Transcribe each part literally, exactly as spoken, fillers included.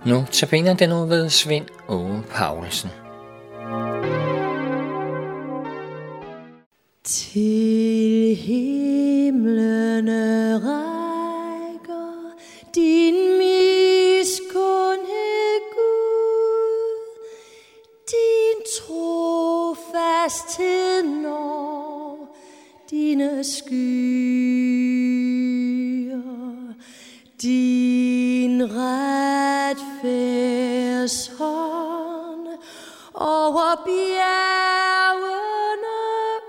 Nu tabiner den ud ved Svend Åge Paulsen. Til himlene rækker din miskundhed, Gud, din trofasthed når dine skyer, din retfærdshånd over bjergene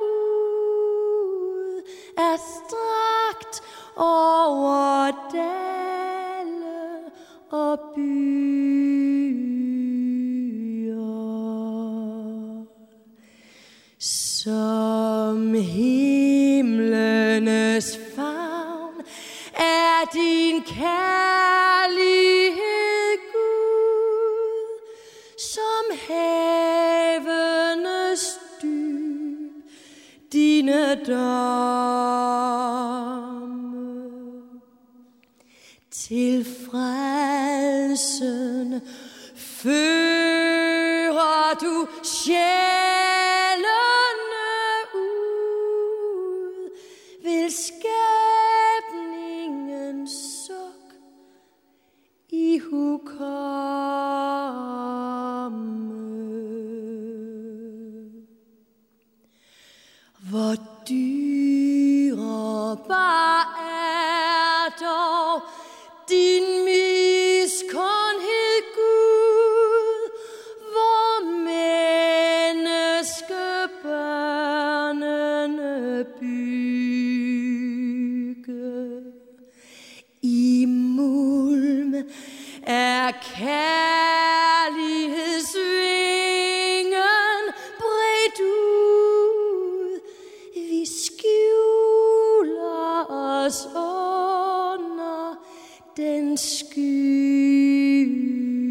ud er strakt over dale og byer. Som himlenes favn er din kærlighed, Gud, som havenes dyb, dine domme. Til frelsen fører du sjælene ud, vil skabningens suk i hukomme. Hvor dyrebar er dog din miskundhed, Gud, hvor menneskebørnene bygge. I mulm er kærlighedsvingen bredt ud. Vi skjuler os under den skygge.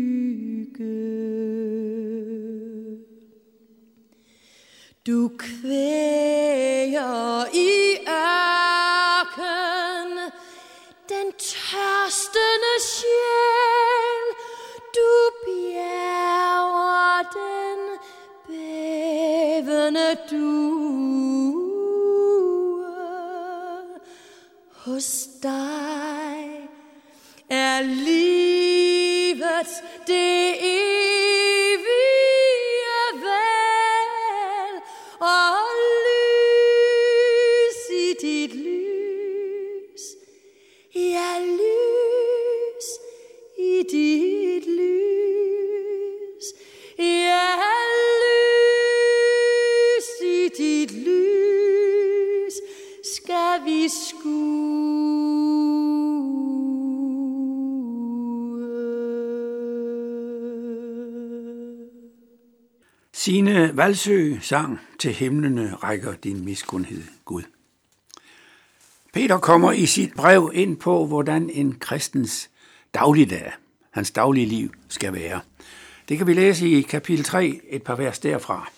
Du kvæger i ørken den tørstende sjæl. Du bjerger den bævende due. Hos dig er livet det evige vel, og lys i dit lys, ja, lys i dit lys, ja, lys i dit lys, skal vi skue. Signe Valsø sang Til himlene rækker din miskundhed, Gud. Peter kommer i sit brev ind på, hvordan en kristens dagligdag, hans daglige liv, skal være. Det kan vi læse i kapitel tre, et par vers derfra.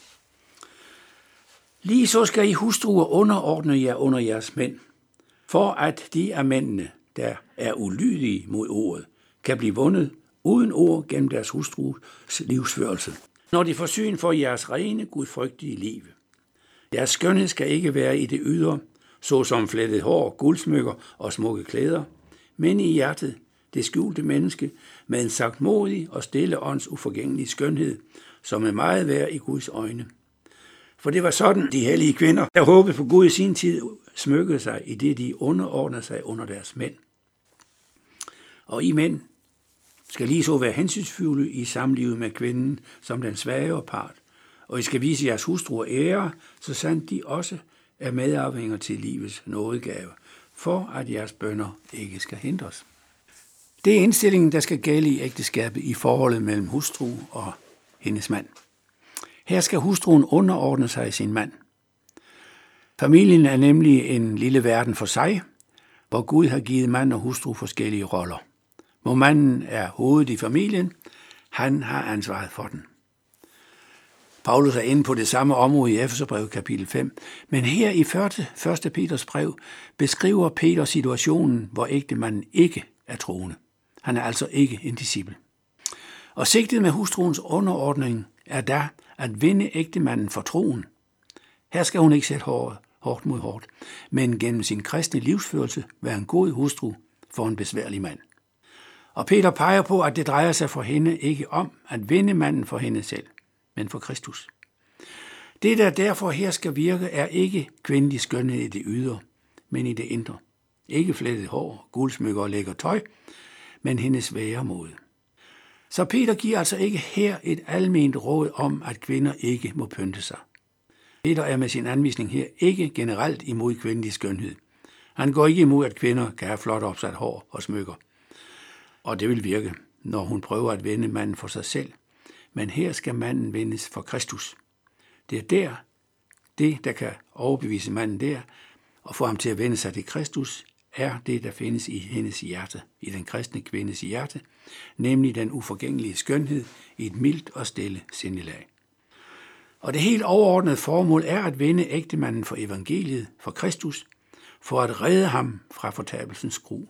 Lige så skal I hustruer underordne jer under jeres mænd, for at de af mændene, der er ulydige mod ordet, kan blive vundet uden ord gennem deres hustrus livsførelse, når de får syn for jeres rene, gudfrygtige liv. Deres skønhed skal ikke være i det ydre, såsom flettet hår, guldsmykker og smukke klæder, men i hjertet, det skjulte menneske, med en sagtmodig og stille ånds uforgængelig skønhed, som er meget værd i Guds øjne. For det var sådan, de hellige kvinder, der håbede på Gud i sin tid, smykkede sig, i det de underordnede sig under deres mænd. Og I mænd skal lige så være hensynsfulde i samlivet med kvinden som den svagere part, og I skal vise jeres hustruer ære, så sandt de også er medarvinger til livets nådegave, for at jeres bønner ikke skal hindres. Det er indstillingen, der skal gælde i ægteskabet i forholdet mellem hustru og hendes mand. Her skal hustruen underordne sig sin mand. Familien er nemlig en lille verden for sig, hvor Gud har givet mand og hustru forskellige roller. Hvor manden er hovedet i familien, han har ansvaret for den. Paulus er inde på det samme område i Efeserbrevet kapitel fem, men her i første Peters brev beskriver Peter situationen, hvor ægtemanden ikke er troende. Han er altså ikke en disciple. Og sigtet med hustruens underordning er da at vinde ægtemanden for troen. Her skal hun ikke sætte hårdt, hårdt mod hårdt, men gennem sin kristne livsførelse være en god hustru for en besværlig mand. Og Peter peger på, at det drejer sig for hende ikke om at vinde manden for hende selv, men for Kristus. Det, der derfor her skal virke, er ikke kvindelig skønhed i det ydre, men i det indre. Ikke flettet hår, guldsmykker og lækker tøj, men hendes væremåde. Så Peter giver altså ikke her et alment råd om, at kvinder ikke må pynte sig. Peter er med sin anvisning her ikke generelt imod kvindelig skønhed. Han går ikke imod, at kvinder kan have flot opsat hår og smykker. Og det vil virke, når hun prøver at vinde manden for sig selv. Men her skal manden vindes for Kristus. Det er der, det der kan overbevise manden der, og få ham til at vende sig til Kristus, er det, der findes i hendes hjerte, i den kristne kvindes hjerte, nemlig den uforgængelige skønhed i et mildt og stille sindelag. Og det helt overordnede formål er at vinde ægtemanden for evangeliet, for Kristus, for at redde ham fra fortabelsens gru.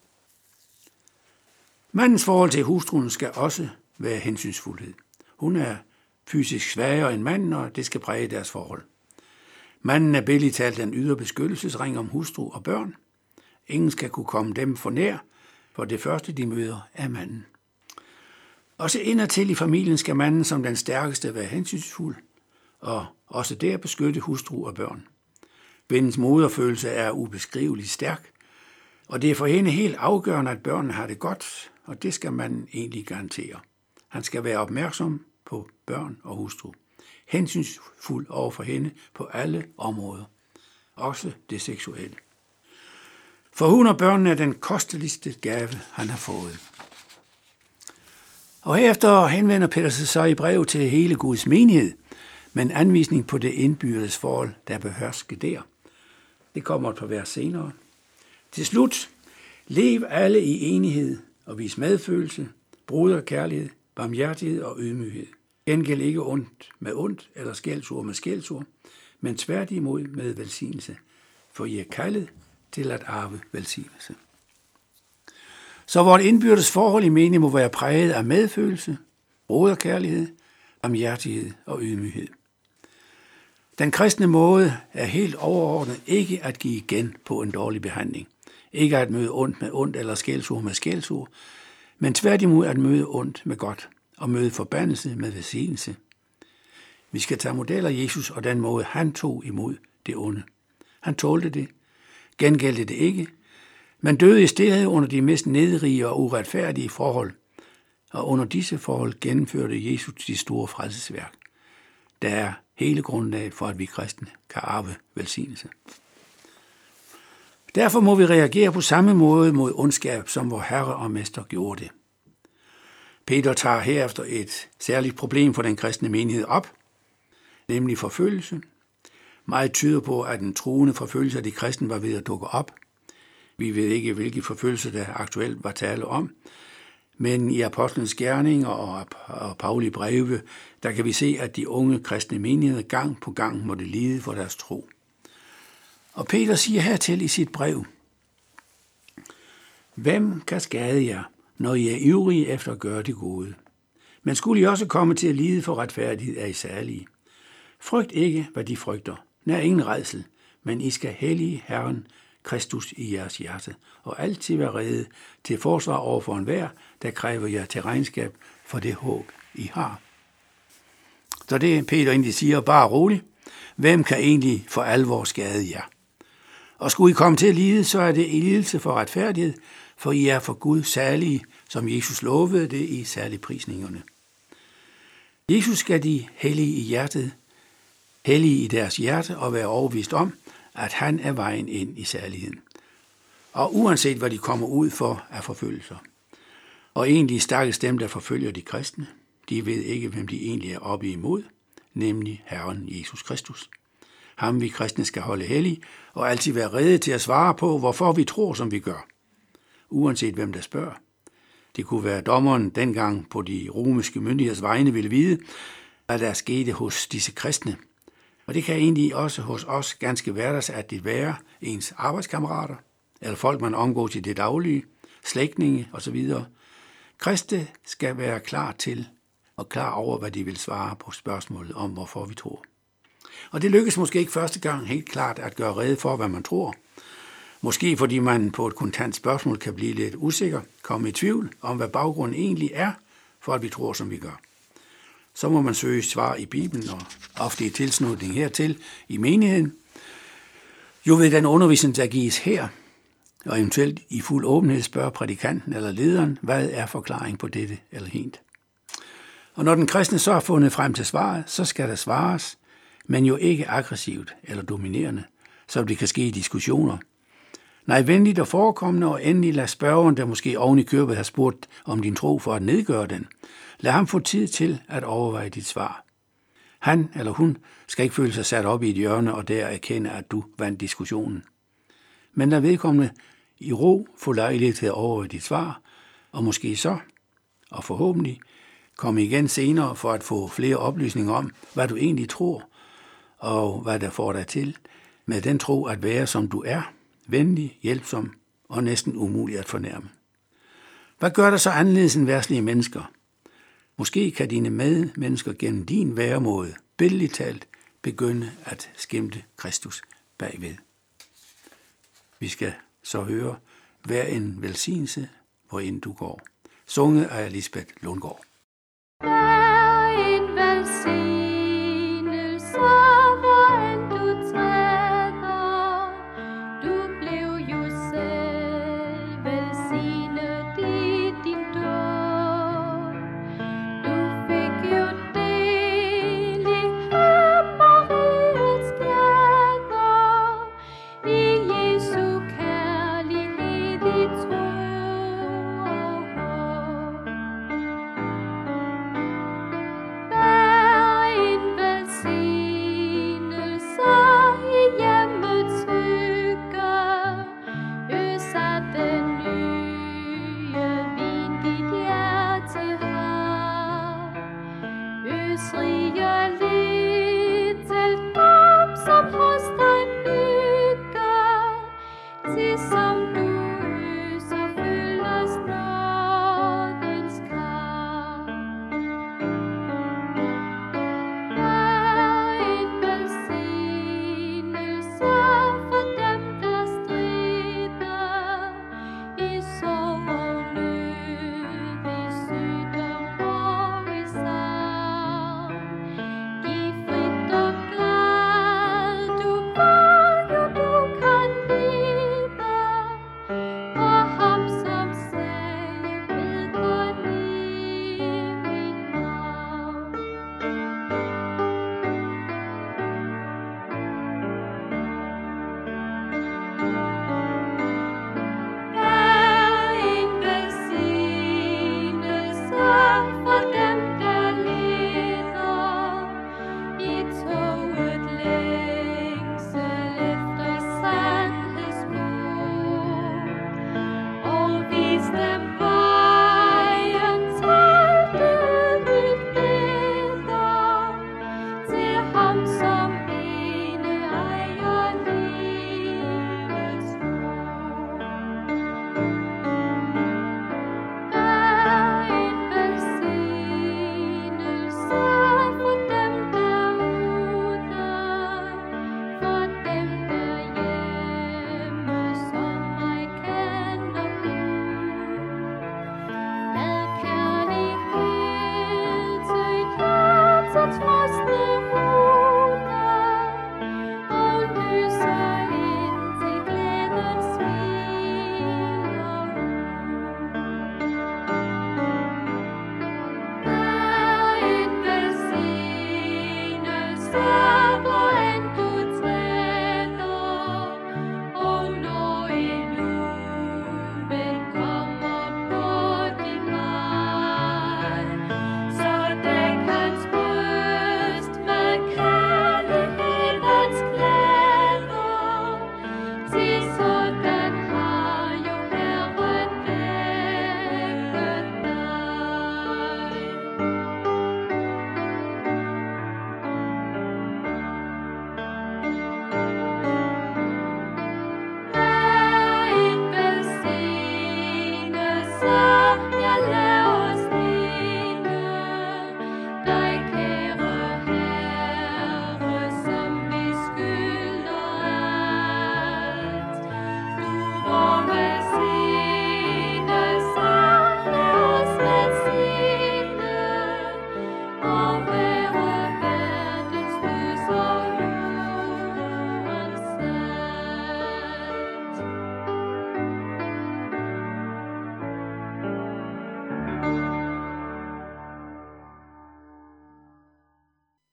Mandens forhold til hustruen skal også være hensynsfuldhed. Hun er fysisk svagere end manden, og det skal præge deres forhold. Manden er billigt talt den ydre beskyttelsesring om hustru og børn. Ingen skal kunne komme dem for nær, for det første, de møder, er manden. Også indadtil i familien skal manden som den stærkeste være hensynsfuld, og også der beskytte hustru og børn. Kvindens moderfølelse er ubeskriveligt stærk, og det er for hende helt afgørende, at børnene har det godt, og det skal manden egentlig garantere. Han skal være opmærksom på børn og hustru. Hensynsfuld over for hende på alle områder, også det seksuelle. For hun og børnene er den kosteligste gave, han har fået. Og herefter henvender Peter sig så i brev til hele Guds menighed, med en anvisning på det indbyrdes forhold, der behørske der. Det kommer et par vers senere. Til slut, lev alle i enighed og vis medfølelse, broderkærlighed, barmhjertighed og ydmyghed. Gengæld ikke ondt med ondt eller skældsord med skældsord, men tværtimod med velsignelse, for I er kaldet til at arve velsignelse. Så vort indbyrdes forhold i mening må være præget af medfølelse, broderkærlighed, barmhjertighed og ydmyghed. Den kristne måde er helt overordnet ikke at give igen på en dårlig behandling. Ikke at møde ondt med ondt eller skældsord med skældsord, men tværtimod at møde ondt med godt og møde forbandelse med velsignelse. Vi skal tage model af Jesus og den måde, han tog imod det onde. Han tålte det, gengældte det ikke, men døde i stedet under de mest nedrige og uretfærdige forhold, og under disse forhold gennemførte Jesus de store frelsesværk, der er hele grundlaget for, at vi kristne kan arve velsignelse. Derfor må vi reagere på samme måde mod ondskab, som vor Herre og Mester gjorde det. Peter tager herefter et særligt problem for den kristne menighed op, nemlig forfølgelse. Meget tyder på, at den truende forfølgelse af de kristne var ved at dukke op. Vi ved ikke, hvilke forfølgelser der aktuelt var tale om, men i apostlenes gerninger og, og Pauli breve, der kan vi se, at de unge kristne menigheder gang på gang måtte lide for deres tro. Og Peter siger hertil i sit brev: Hvem kan skade jer, når I er ivrige efter at gøre det gode? Men skulle I også komme til at lide for retfærdighed, er I særlige. Frygt ikke, hvad de frygter. Nær ingen rædsel, men I skal hellige Herren Kristus i jeres hjerte, og altid være rede til forsvar over for enhver, der kræver jer til regnskab for det håb, I har. Så det Peter egentlig siger, bare roligt. Hvem kan egentlig for alvor skade jer? Og skulle I komme til at lide, så er det i lidelse for retfærdighed, for I er for Gud særlige, som Jesus lovede det i særlige prisningerne. Jesus skal de hellige i hjertet, hellige i deres hjerte og være overbevist om, at han er vejen ind i særligheden. Og uanset hvad de kommer ud for af forfølgelser. Og egentlig stakkels dem, der forfølger de kristne, de ved ikke, hvem de egentlig er oppe imod, nemlig Herren Jesus Kristus. Ham vi kristne skal holde hellig og altid være rede til at svare på, hvorfor vi tror, som vi gør. Uanset hvem der spørger. Det kunne være dommeren dengang på de romerske myndigheders vegne ville vide, hvad der skete hos disse kristne. Og det kan egentlig også hos os ganske hverdags, at det være ens arbejdskammerater, eller folk, man omgås i det daglige, slægtninge osv. Kristne skal være klar til og klar over, hvad de vil svare på spørgsmålet om, hvorfor vi tror. Og det lykkes måske ikke første gang helt klart at gøre rede for, hvad man tror. Måske fordi man på et kontant spørgsmål kan blive lidt usikker, komme i tvivl om, hvad baggrunden egentlig er, for at vi tror, som vi gør. Så må man søge svar i Bibelen, og ofte i tilslutning hertil i menigheden. Jo ved den undervisning, der gives her, og eventuelt i fuld åbenhed spørger prædikanten eller lederen, hvad er forklaring på dette eller hent. Og når den kristne så har fundet frem til svaret, så skal der svares, men jo ikke aggressivt eller dominerende, som det kan ske i diskussioner. Nej, venligt og forekommende, og endelig lad spørgeren, der måske oven i købet har spurgt om din tro for at nedgøre den, lad ham få tid til at overveje dit svar. Han eller hun skal ikke føle sig sat op i et hjørne og der erkende, at du vandt diskussionen. Men lad vedkommende i ro få lejlighed til at overveje dit svar, og måske så, og forhåbentlig, komme igen senere for at få flere oplysninger om, hvad du egentlig tror, og hvad der får dig til, med den tro at være, som du er, venlig, hjælpsom og næsten umulig at fornærme. Hvad gør der så anderledes end verdslige mennesker? Måske kan dine medmennesker gennem din væremåde, billedligt talt, begynde at skimte Kristus bagved. Vi skal så høre, vær en velsignelse, hvor end du går. Sunget af Lisbeth Lundgaard.